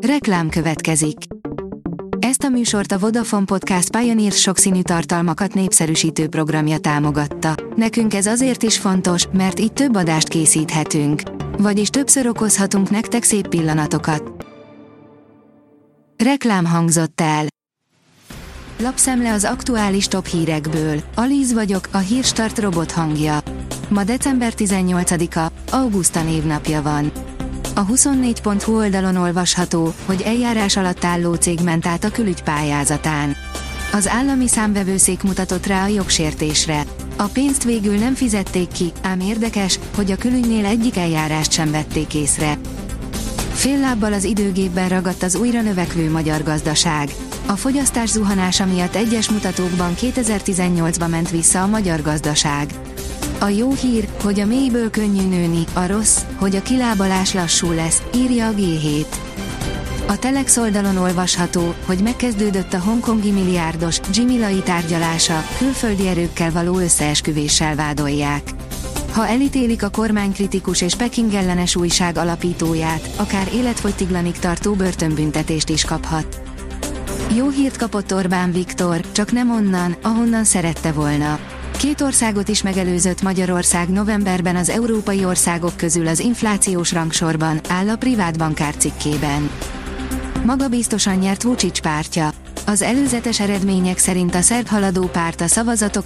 Reklám következik. Ezt a műsort a Vodafone Podcast Pioneer sokszínű tartalmakat népszerűsítő programja támogatta. Nekünk ez azért is fontos, mert így több adást készíthetünk. Vagyis többször okozhatunk nektek szép pillanatokat. Reklám hangzott el. Lapszemle az aktuális top hírekből. Alíz vagyok, a Hírstart robot hangja. Ma december 18-a, Auguszta névnapja van. A 24.hu oldalon olvasható, hogy eljárás alatt álló cég ment át a külügy pályázatán. Az állami számvevőszék mutatott rá a jogsértésre. A pénzt végül nem fizették ki, ám érdekes, hogy a külügynél egyik eljárást sem vették észre. Fél lábbal az időgépben ragadt az újra növekvő magyar gazdaság. A fogyasztás zuhanása miatt egyes mutatókban 2018-ba ment vissza a magyar gazdaság. A jó hír, hogy a mélyből könnyű nőni, a rossz, hogy a kilábalás lassú lesz, írja a G7. A Telex oldalon olvasható, hogy megkezdődött a hongkongi milliárdos Jimmy Lai tárgyalása, külföldi erőkkel való összeesküvéssel vádolják. Ha elítélik a kormánykritikus és Peking ellenes újság alapítóját, akár életfogytiglanig tartó börtönbüntetést is kaphat. Jó hírt kapott Orbán Viktor, csak nem onnan, ahonnan szerette volna. Két országot is megelőzött Magyarország novemberben az európai országok közül az inflációs rangsorban, áll a Privát Bankár cikkében. Magabiztosan nyert Vučić pártja. Az előzetes eredmények szerint a szerb haladó párt a szavazatok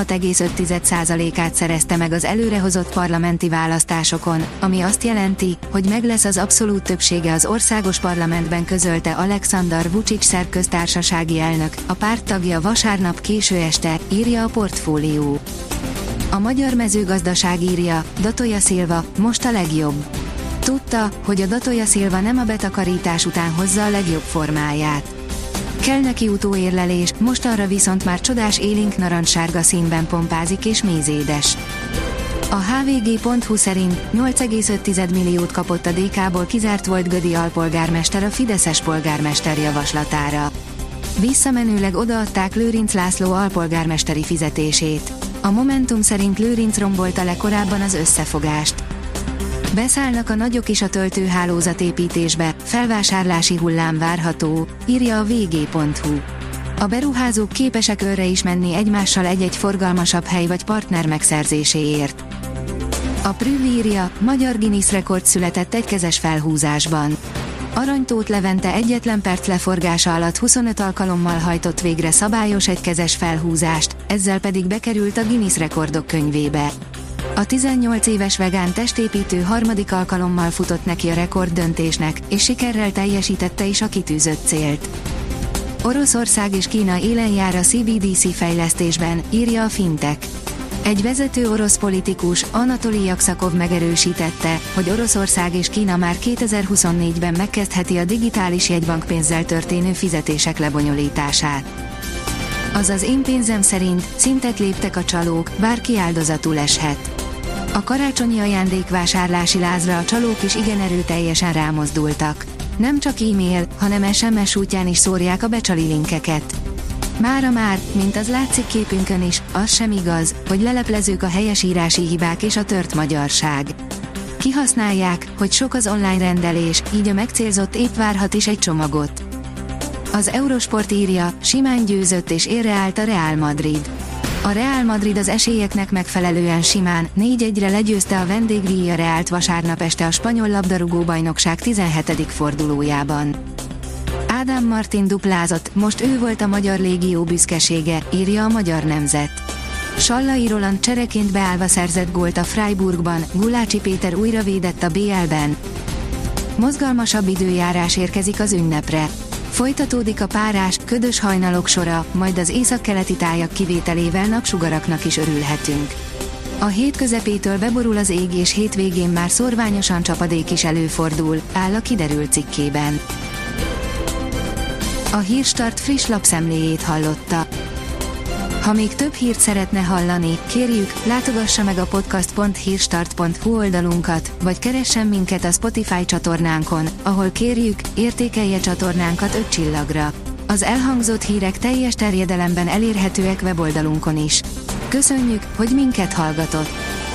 46,5%-át szerezte meg az előrehozott parlamenti választásokon, ami azt jelenti, hogy meg lesz az abszolút többsége az országos parlamentben, közölte Aleksandar Vučić szerb köztársasági elnök, a párt tagja vasárnap késő este, írja a Portfólió. A magyar mezőgazdaság írja, Datoya Silva, most a legjobb. Tudta, hogy a Datoya Silva nem a betakarítás után hozza a legjobb formáját. Kell neki utóérlelés, mostanra viszont már csodás élénk narancssárga színben pompázik és mézédes. A hvg.hu szerint 8,5 milliót kapott a DK-ból kizárt volt Gödi alpolgármester a fideszes polgármester javaslatára. Visszamenőleg odaadták Lőrinc László alpolgármesteri fizetését. A Momentum szerint Lőrinc rombolta le korábban az összefogást. Beszállnak a nagyok is a töltőhálózatépítésbe, felvásárlási hullám várható, írja a vg.hu. A beruházók képesek örre is menni egymással egy-egy forgalmasabb hely vagy partner megszerzéséért. A Prüv írja, magyar Guinness rekord született egykezes felhúzásban. Arany-Tóth Levente egyetlen perc leforgása alatt 25 alkalommal hajtott végre szabályos egykezes felhúzást, ezzel pedig bekerült a Guinness rekordok könyvébe. A 18 éves vegán testépítő harmadik alkalommal futott neki a rekorddöntésnek, és sikerrel teljesítette is a kitűzött célt. Oroszország és Kína élen jár a CBDC fejlesztésben, írja a Fintech. Egy vezető orosz politikus, Anatolij Aksakov megerősítette, hogy Oroszország és Kína már 2024-ben megkezdheti a digitális jegybankpénzzel történő fizetések lebonyolítását. Azaz Én pénzem szerint szintet léptek a csalók, bárki áldozatul eshet. A karácsonyi ajándékvásárlási lázra a csalók is igen erőteljesen rámozdultak. Nem csak e-mail, hanem SMS útján is szórják a becsali linkeket. Mára már, mint az látszik képünkön is, az sem igaz, hogy leleplezők a helyesírási hibák és a tört magyarság. Kihasználják, hogy sok az online rendelés, így a megcélzott épp várhat is egy csomagot. Az Eurosport írja, simán győzött és érre állt a Real Madrid. A Real Madrid az esélyeknek megfelelően simán, 4-1-re legyőzte a vendég Villarealt vasárnap este a spanyol labdarúgó-bajnokság 17. fordulójában. Ádám Martin duplázott, most ő volt a magyar légió büszkesége, írja a Magyar Nemzet. Sallai Roland csereként beállva szerzett gólt a Freiburgban, Gulácsi Péter újra védett a BL-ben. Mozgalmasabb időjárás érkezik az ünnepre. Folytatódik a párás, ködös hajnalok sora, majd az északkeleti tájak kivételével napsugaraknak is örülhetünk. A hét közepétől beborul az ég és hétvégén már szórványosan csapadék is előfordul, áll a Kiderült cikkében. A Hírstart friss lapszemléjét hallotta. Ha még több hírt szeretne hallani, kérjük, látogassa meg a podcast.hírstart.hu oldalunkat, vagy keressen minket a Spotify csatornánkon, ahol kérjük, értékelje csatornánkat 5 csillagra. Az elhangzott hírek teljes terjedelemben elérhetőek weboldalunkon is. Köszönjük, hogy minket hallgatott!